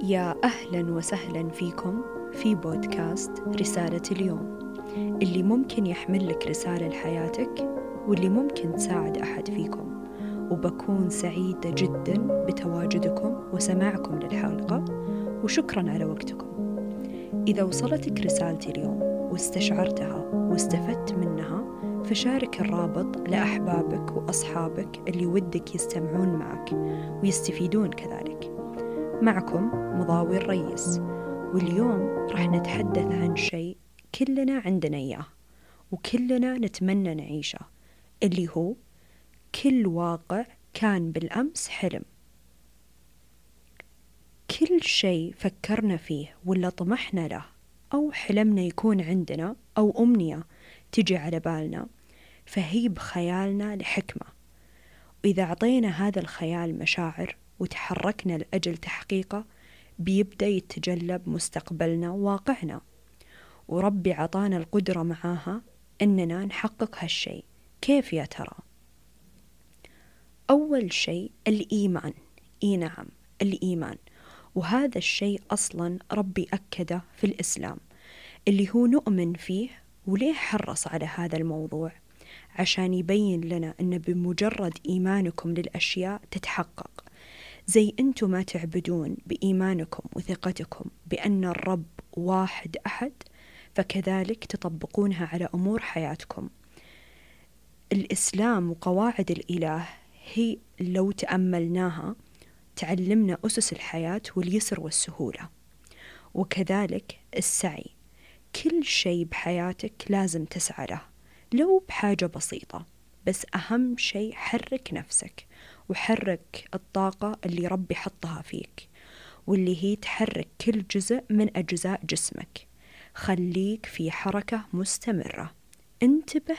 يا أهلا وسهلا فيكم في بودكاست رسالة اليوم، اللي ممكن يحمل لك رسالة لحياتك واللي ممكن تساعد أحد فيكم. وبكون سعيدة جدا بتواجدكم وسماعكم للحلقة، وشكرا على وقتكم. إذا وصلتك رسالتي اليوم واستشعرتها واستفدت منها، فشارك الرابط لأحبابك وأصحابك اللي ودك يستمعون معك ويستفيدون كذلك. معكم مضاوي الريس، واليوم راح نتحدث عن شيء كلنا عندنا إياه وكلنا نتمنى نعيشه، اللي هو كل واقع كان بالأمس حلم. كل شيء فكرنا فيه ولا طمحنا له أو حلمنا يكون عندنا أو أمنية تجي على بالنا، فهي بخيالنا لحكمة. وإذا أعطينا هذا الخيال مشاعر وتحركنا لأجل تحقيقه، بيبدأ يتجلب مستقبلنا وواقعنا، وربي عطانا القدرة معاها إننا نحقق هالشيء. كيف يا ترى؟ أول شيء الإيمان. نعم، الإيمان. وهذا الشيء أصلا ربي أكده في الإسلام، اللي هو نؤمن فيه. وليه حرص على هذا الموضوع؟ عشان يبين لنا أن بمجرد إيمانكم للأشياء تتحقق. زي أنتم ما تعبدون بإيمانكم وثقتكم بأن الرب واحد أحد، فكذلك تطبقونها على أمور حياتكم. الإسلام وقواعد الإله هي لو تأملناها تعلمنا أسس الحياة واليسر والسهولة. وكذلك السعي، كل شيء بحياتك لازم تسعى له، لو بحاجة بسيطة، بس أهم شيء حرك نفسك وحرك الطاقة اللي ربي حطها فيك، واللي هي تحرك كل جزء من أجزاء جسمك. خليك في حركة مستمرة. انتبه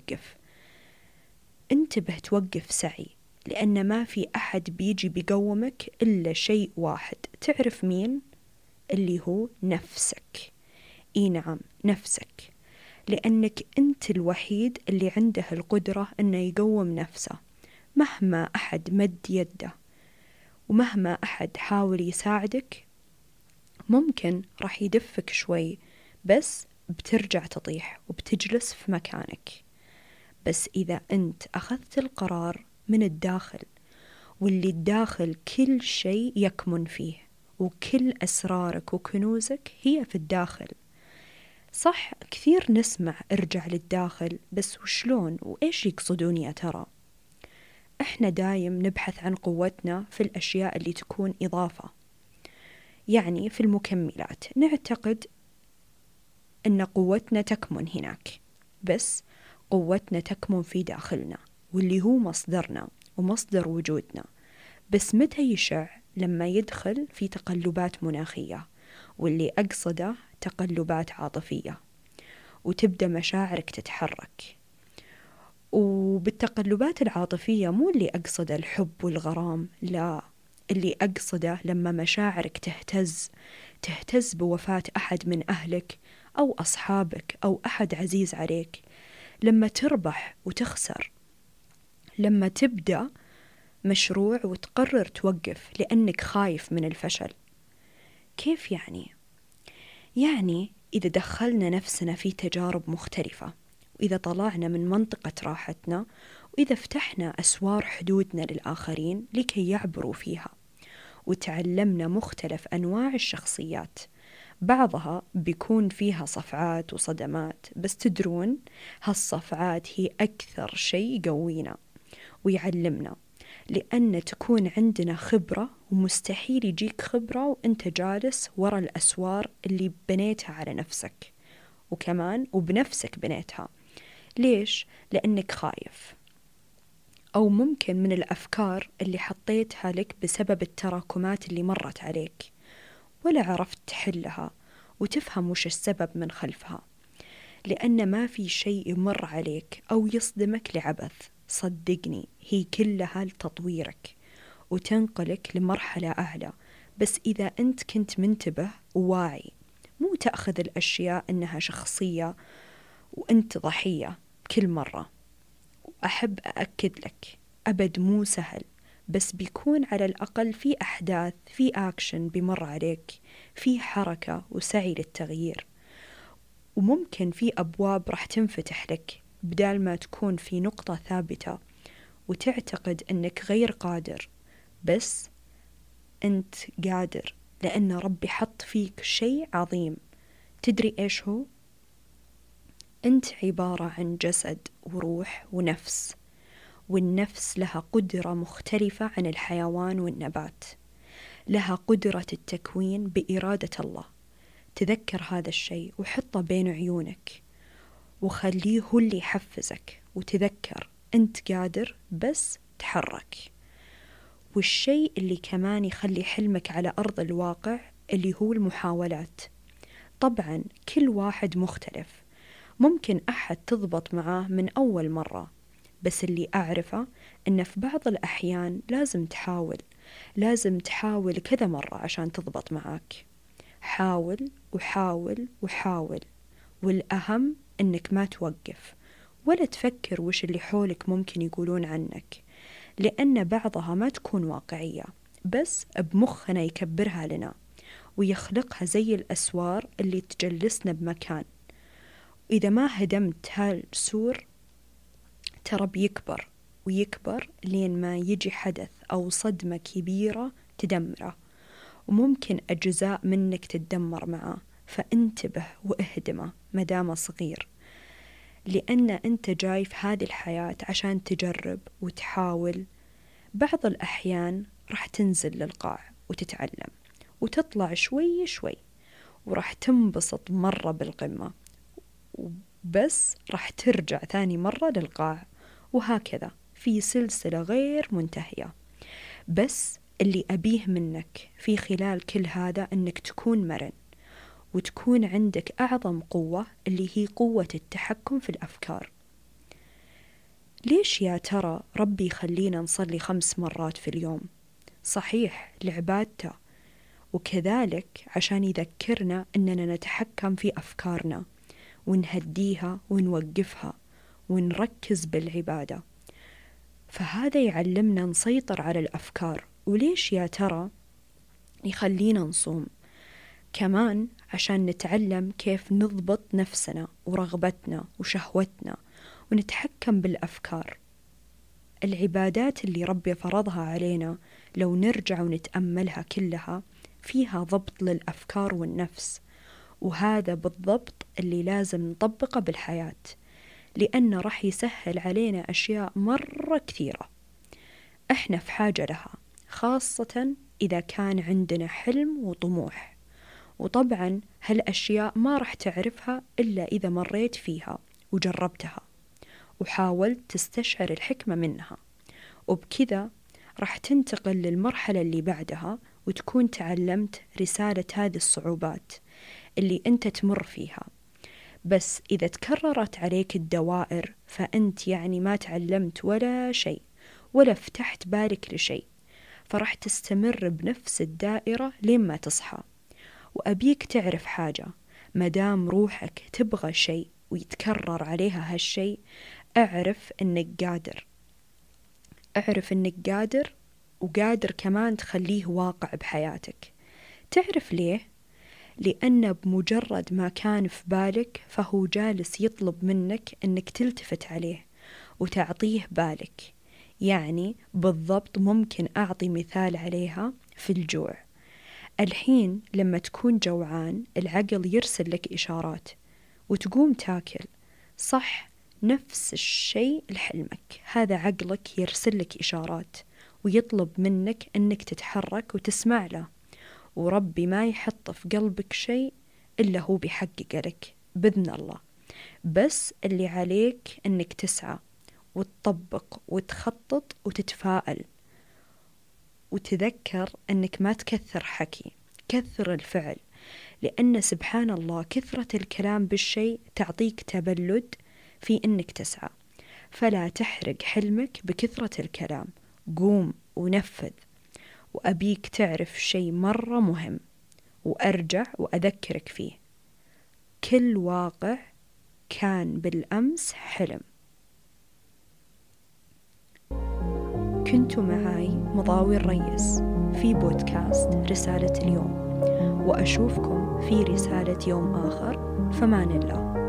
توقف سعي، لأن ما في أحد بيجي بيقومك إلا شيء واحد. تعرف مين؟ اللي هو نفسك. نعم، نفسك، لأنك أنت الوحيد اللي عنده القدرة أنه يقوم نفسه. مهما أحد مد يده ومهما أحد حاول يساعدك، ممكن راح يدفك شوي، بس بترجع تطيح وبتجلس في مكانك. بس إذا أنت أخذت القرار من الداخل، واللي الداخل كل شيء يكمن فيه، وكل أسرارك وكنوزك هي في الداخل. صح، كثير نسمع ارجع للداخل، بس وشلون وإيش يقصدون يا ترى؟ إحنا دايم نبحث عن قوتنا في الأشياء اللي تكون إضافة، يعني في المكملات. نعتقد أن قوتنا تكمن هناك، بس قوتنا تكمن في داخلنا، واللي هو مصدرنا ومصدر وجودنا. بس متى يشع؟ لما يدخل في تقلبات مناخية، واللي أقصده تقلبات عاطفية، وتبدأ مشاعرك تتحرك. وبالتقلبات العاطفية مو اللي أقصد الحب والغرام، لا، اللي أقصده لما مشاعرك تهتز بوفاة أحد من أهلك أو أصحابك أو أحد عزيز عليك، لما تربح وتخسر، لما تبدأ مشروع وتقرر توقف لأنك خايف من الفشل. كيف يعني إذا دخلنا نفسنا في تجارب مختلفة، وإذا طلعنا من منطقة راحتنا، وإذا فتحنا أسوار حدودنا للآخرين لكي يعبروا فيها، وتعلمنا مختلف أنواع الشخصيات. بعضها بيكون فيها صفعات وصدمات، بس تدرون هالصفعات هي أكثر شيء يقوينا ويعلمنا، لأن تكون عندنا خبرة، ومستحيل يجيك خبرة وأنت جالس وراء الأسوار اللي بنيتها على نفسك، وكمان وبنفسك بنيتها. ليش؟ لأنك خايف، أو ممكن من الأفكار اللي حطيتها لك بسبب التراكمات اللي مرت عليك، ولا عرفت تحلها وتفهم وش السبب من خلفها. لأن ما في شيء يمر عليك أو يصدمك لعبث. صدقني، هي كلها لتطويرك وتنقلك لمرحلة أعلى، بس إذا أنت كنت منتبه وواعي، مو تأخذ الأشياء إنها شخصية وأنت ضحية كل مرة. وأحب أأكد لك، أبد مو سهل، بس بيكون على الأقل في أحداث، في أكشن بيمر عليك، في حركة وسعي للتغيير. وممكن في أبواب راح تنفتح لك بدال ما تكون في نقطة ثابتة وتعتقد أنك غير قادر. بس أنت قادر، لأن ربي حط فيك شيء عظيم. تدري إيش هو؟ أنت عبارة عن جسد وروح ونفس، والنفس لها قدرة مختلفة عن الحيوان والنبات، لها قدرة التكوين بإرادة الله. تذكر هذا الشيء وحطه بين عيونك وخليه هو اللي يحفزك، وتذكر أنت قادر، بس تحرك. والشيء اللي كمان يخلي حلمك على أرض الواقع اللي هو المحاولات. طبعا كل واحد مختلف، ممكن أحد تضبط معاه من أول مرة، بس اللي أعرفه إن في بعض الأحيان لازم تحاول كذا مرة عشان تضبط معاك. حاول وحاول وحاول، والأهم إنك ما توقف ولا تفكر وش اللي حولك ممكن يقولون عنك، لأن بعضها ما تكون واقعية، بس بمخنا يكبرها لنا ويخلقها زي الأسوار اللي تجلسنا بمكان. إذا ما هدمت هالسور ترى بيكبر ويكبر لين ما يجي حدث أو صدمة كبيرة تدمره، وممكن أجزاء منك تتدمر معه. فانتبه واهدمه مدام صغير، لأن أنت جاي في هذه الحياة عشان تجرب وتحاول. بعض الأحيان راح تنزل للقاع وتتعلم وتطلع شوي شوي، وراح تنبسط مرة بالقمة، بس راح ترجع ثاني مرة للقاع، وهكذا في سلسلة غير منتهية. بس اللي أبيه منك في خلال كل هذا أنك تكون مرن، وتكون عندك أعظم قوة اللي هي قوة التحكم في الأفكار. ليش يا ترى ربي يخلينا نصلي 5 مرات في اليوم؟ صحيح لعبادته، وكذلك عشان يذكرنا أننا نتحكم في أفكارنا ونهديها ونوقفها ونركز بالعبادة. فهذا يعلمنا نسيطر على الأفكار. وليش يا ترى يخلينا نصوم؟ كمان عشان نتعلم كيف نضبط نفسنا ورغبتنا وشهوتنا ونتحكم بالأفكار. العبادات اللي ربي فرضها علينا لو نرجع ونتأملها كلها فيها ضبط للأفكار والنفس، وهذا بالضبط اللي لازم نطبقه بالحياة، لأنه راح يسهل علينا أشياء مرة كثيرة إحنا في حاجة لها، خاصة إذا كان عندنا حلم وطموح. وطبعا هالأشياء ما راح تعرفها إلا إذا مريت فيها وجربتها وحاولت تستشعر الحكمة منها، وبكذا راح تنتقل للمرحلة اللي بعدها وتكون تعلمت رسالة هذه الصعوبات اللي أنت تمر فيها. بس إذا تكررت عليك الدوائر فأنت يعني ما تعلمت ولا شيء ولا فتحت بالك لشيء، فراح تستمر بنفس الدائرة لين ما تصحى. وأبيك تعرف حاجة، مدام روحك تبغى شيء ويتكرر عليها هالشيء، اعرف انك قادر وقادر كمان تخليه واقع بحياتك. تعرف ليه؟ لأن بمجرد ما كان في بالك فهو جالس يطلب منك انك تلتفت عليه وتعطيه بالك. يعني بالضبط ممكن أعطي مثال عليها في الجوع. الحين لما تكون جوعان العقل يرسل لك إشارات وتقوم تاكل، صح؟ نفس الشيء لحلمك، هذا عقلك يرسل لك إشارات ويطلب منك أنك تتحرك وتسمع له. وربي ما يحط في قلبك شيء إلا هو بيحقق لك بإذن الله. بس اللي عليك أنك تسعى وتطبق وتخطط وتتفائل، وتذكر أنك ما تكثر حكي، كثر الفعل، لأن سبحان الله كثرة الكلام بالشيء تعطيك تبلد في أنك تسعى. فلا تحرق حلمك بكثرة الكلام، قوم ونفذ. وأبيك تعرف شيء مرة مهم وأرجع وأذكرك فيه، كل واقع كان بالأمس حلم. كنتوا معاي مضاوي الريس في بودكاست رسالة اليوم، وأشوفكم في رسالة يوم آخر. فمان الله.